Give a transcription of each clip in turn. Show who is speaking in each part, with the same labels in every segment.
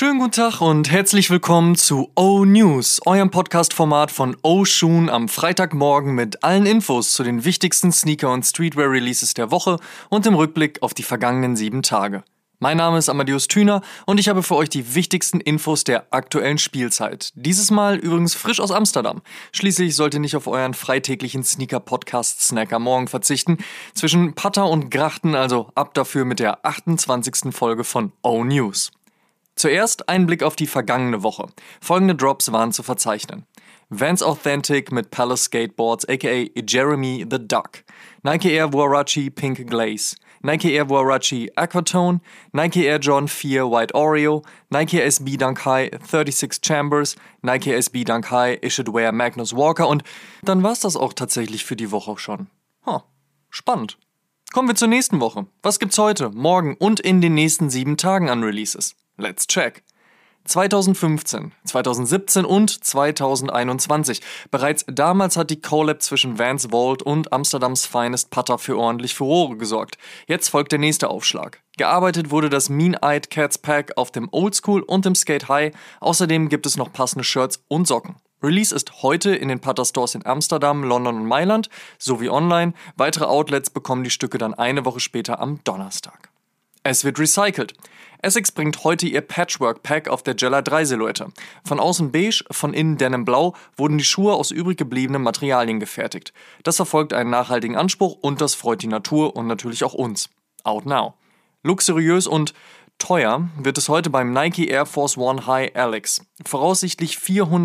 Speaker 1: Schönen guten Tag und herzlich willkommen zu O-News, eurem Podcast-Format von O-Shoon am Freitagmorgen mit allen Infos zu den wichtigsten Sneaker- und Streetwear-Releases der Woche und im Rückblick auf die vergangenen 7 Tage. Mein Name ist Amadeus Thüner und ich habe für euch die wichtigsten Infos der aktuellen Spielzeit. Dieses Mal übrigens frisch aus Amsterdam. Schließlich sollt ihr nicht auf euren freitäglichen Sneaker-Podcast-Snack am Morgen verzichten. Zwischen Patter und Grachten, also ab dafür mit der 28. Folge von O-News. Zuerst ein Blick auf die vergangene Woche. Folgende Drops waren zu verzeichnen. Vans Authentic mit Palace Skateboards aka Jeremy the Duck, Nike Air Huarache Pink Glaze, Nike Air Huarache Aquatone, Nike Air Jordan 4 White Oreo, Nike SB Dunk High 36 Chambers, Nike SB Dunk High Issued Wear Magnus Walker und dann war's das auch tatsächlich für die Woche schon. Spannend. Kommen wir zur nächsten Woche. Was gibt's heute, morgen und in den nächsten 7 Tagen an Releases? Let's check. 2015, 2017 und 2021. Bereits damals hat die Collab zwischen Vans Vault und Amsterdams Finest Putter für ordentlich Furore gesorgt. Jetzt folgt der nächste Aufschlag. Gearbeitet wurde das Mean-Eyed Cats Pack auf dem Oldschool und dem Skate High. Außerdem gibt es noch passende Shirts und Socken. Release ist heute in den Putter Stores in Amsterdam, London und Mailand sowie online. Weitere Outlets bekommen die Stücke dann eine Woche später am Donnerstag. Es wird recycelt. Essex bringt heute ihr Patchwork-Pack auf der Gela 3 Silhouette. Von außen beige, von innen Denim Blau wurden die Schuhe aus übrig gebliebenen Materialien gefertigt. Das verfolgt einen nachhaltigen Anspruch und das freut die Natur und natürlich auch uns. Out now. Luxuriös und teuer wird es heute beim Nike Air Force One High Alex. Voraussichtlich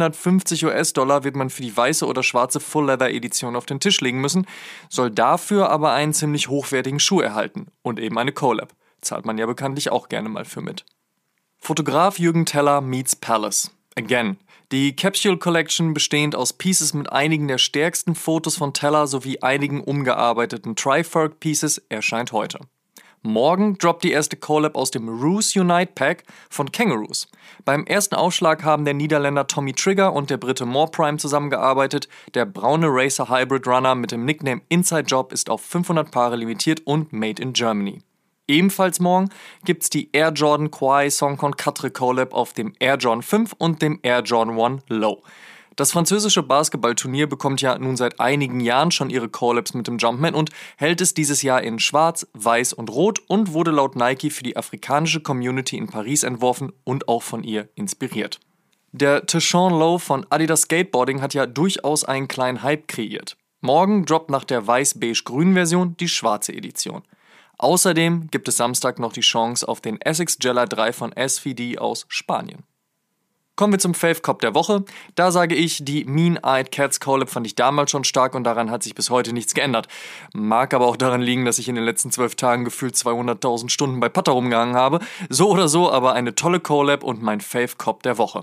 Speaker 1: $450 wird man für die weiße oder schwarze Full-Leather-Edition auf den Tisch legen müssen, soll dafür aber einen ziemlich hochwertigen Schuh erhalten und eben eine Collab. Zahlt man ja bekanntlich auch gerne mal für mit. Fotograf Jürgen Teller meets Palace. Again. Die Capsule Collection, bestehend aus Pieces mit einigen der stärksten Fotos von Teller sowie einigen umgearbeiteten Trifork Pieces, erscheint heute. Morgen droppt die erste Collab aus dem Roos Unite Pack von Kangaroos. Beim ersten Aufschlag haben der Niederländer Tommy Trigger und der Brite More Prime zusammengearbeitet. Der braune Racer Hybrid Runner mit dem Nickname Inside Job ist auf 500 Paare limitiert und made in Germany. Ebenfalls morgen gibt's die Air Jordan Kawhi Songkon Katre Collab auf dem Air Jordan 5 und dem Air Jordan 1 Low. Das französische Basketballturnier bekommt ja nun seit einigen Jahren schon ihre Collabs mit dem Jumpman und hält es dieses Jahr in Schwarz, Weiß und Rot und wurde laut Nike für die afrikanische Community in Paris entworfen und auch von ihr inspiriert. Der Tishon Low von Adidas Skateboarding hat ja durchaus einen kleinen Hype kreiert. Morgen droppt nach der weiß-beige-grünen Version die schwarze Edition. Außerdem gibt es Samstag noch die Chance auf den Essex Gela 3 von SVD aus Spanien. Kommen wir zum Fave Cop der Woche. Da sage ich, die Mean-Eyed Cats Collab fand ich damals schon stark und daran hat sich bis heute nichts geändert. Mag aber auch daran liegen, dass ich in den letzten 12 Tagen gefühlt 200.000 Stunden bei Putter rumgehangen habe. So oder so aber eine tolle Collab und mein Fave Cop der Woche.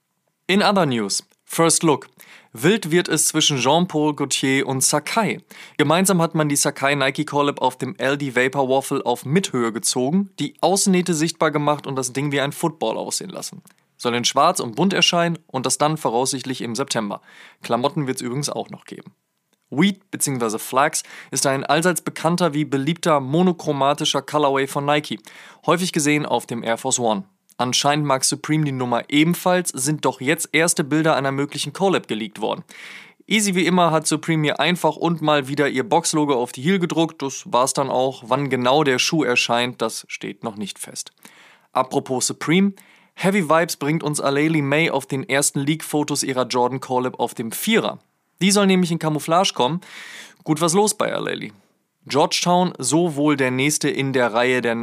Speaker 1: In other news, First Look. Wild wird es zwischen Jean-Paul Gaultier und Sacai. Gemeinsam hat man die Sacai Nike Collab auf dem LD Vapor Waffle auf Mithöhe gezogen, die Außennähte sichtbar gemacht und das Ding wie ein Football aussehen lassen. Soll in schwarz und bunt erscheinen und das dann voraussichtlich im September. Klamotten wird es übrigens auch noch geben. Wheat bzw. Flax ist ein allseits bekannter wie beliebter monochromatischer Colorway von Nike, häufig gesehen auf dem Air Force One. Anscheinend mag Supreme die Nummer ebenfalls, sind doch jetzt erste Bilder einer möglichen Collab geleakt worden. Easy wie immer hat Supreme mir einfach und mal wieder ihr Boxlogo auf die Heel gedruckt, das war's dann auch. Wann genau der Schuh erscheint, das steht noch nicht fest. Apropos Supreme, Heavy Vibes bringt uns Aleali May auf den ersten Leak-Fotos ihrer Jordan Collab auf dem Vierer. Die soll nämlich in Camouflage kommen. Gut was los bei Aleali. Georgetown, so wohl der nächste in der Reihe der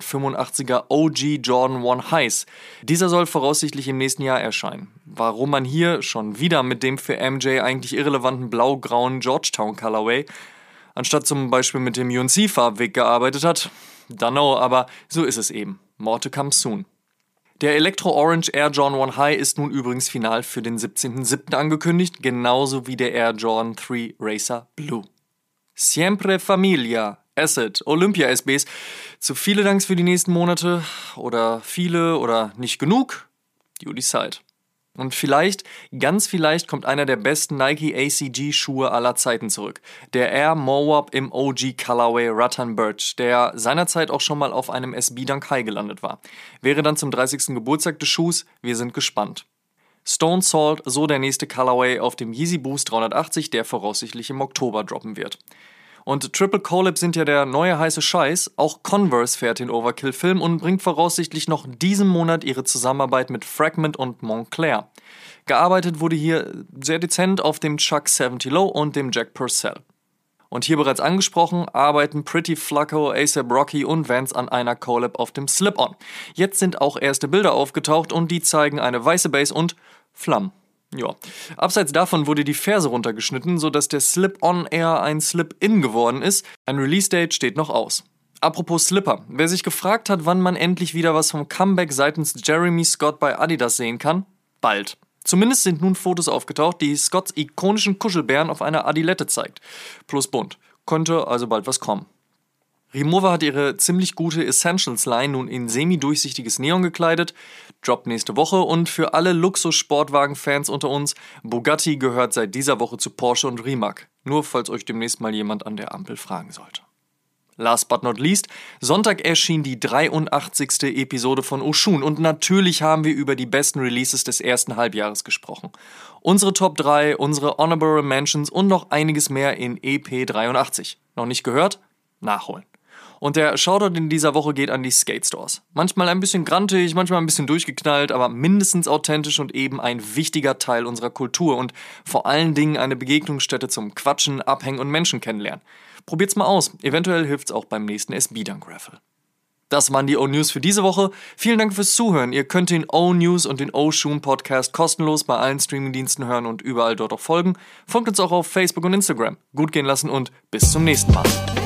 Speaker 1: 1985er OG Jordan 1 Highs. Dieser soll voraussichtlich im nächsten Jahr erscheinen. Warum man hier schon wieder mit dem für MJ eigentlich irrelevanten blau-grauen Georgetown Colorway anstatt zum Beispiel mit dem UNC-Farbweg gearbeitet hat, don't know, aber so ist es eben. More to come soon. Der Electro Orange Air Jordan 1 High ist nun übrigens final für den 17.07. angekündigt, genauso wie der Air Jordan 3 Racer Blue. Siempre Familia, Acid, Olympia SBs. Zu viele Danks für die nächsten Monate oder viele oder nicht genug? You decide. Und vielleicht, ganz vielleicht, kommt einer der besten Nike ACG-Schuhe aller Zeiten zurück. Der Air Moab im OG Colorway Rattan Birch, der seinerzeit auch schon mal auf einem SB Dunk High gelandet war. Wäre dann zum 30. Geburtstag des Schuhs, wir sind gespannt. Stone Salt, so der nächste Colorway auf dem Yeezy Boost 380, der voraussichtlich im Oktober droppen wird. Und Triple Collab sind ja der neue heiße Scheiß, auch Converse fährt den Overkill-Film und bringt voraussichtlich noch diesen Monat ihre Zusammenarbeit mit Fragment und Moncler. Gearbeitet wurde hier sehr dezent auf dem Chuck 70 Low und dem Jack Purcell. Und hier bereits angesprochen, arbeiten Pretty Flacco, A$AP Rocky und Vans an einer Collab auf dem Slip-On. Jetzt sind auch erste Bilder aufgetaucht und die zeigen eine weiße Base und Flammen. Ja, abseits davon wurde die Ferse runtergeschnitten, sodass der Slip-On eher ein Slip-In geworden ist. Ein Release-Date steht noch aus. Apropos Slipper, wer sich gefragt hat, wann man endlich wieder was vom Comeback seitens Jeremy Scott bei Adidas sehen kann, bald. Zumindest sind nun Fotos aufgetaucht, die Scotts ikonischen Kuschelbären auf einer Adilette zeigt. Plus bunt. Könnte also bald was kommen. Rimowa hat ihre ziemlich gute Essentials-Line nun in semi-durchsichtiges Neon gekleidet, droppt nächste Woche und für alle Luxus-Sportwagen-Fans unter uns, Bugatti gehört seit dieser Woche zu Porsche und Rimac. Nur falls euch demnächst mal jemand an der Ampel fragen sollte. Last but not least, Sonntag erschien die 83. Episode von Oshun und natürlich haben wir über die besten Releases des ersten Halbjahres gesprochen. Unsere Top 3, unsere Honorable Mentions und noch einiges mehr in EP 83. Noch nicht gehört? Nachholen. Und der Shoutout in dieser Woche geht an die Skate Stores. Manchmal ein bisschen grantig, manchmal ein bisschen durchgeknallt, aber mindestens authentisch und eben ein wichtiger Teil unserer Kultur und vor allen Dingen eine Begegnungsstätte zum Quatschen, Abhängen und Menschen kennenlernen. Probiert's mal aus, eventuell hilft's auch beim nächsten SB Dunk Raffle. Das waren die O-News für diese Woche. Vielen Dank fürs Zuhören. Ihr könnt den O-News und den O-Shoon Podcast kostenlos bei allen Streamingdiensten hören und überall dort auch folgen. Folgt uns auch auf Facebook und Instagram. Gut gehen lassen und bis zum nächsten Mal.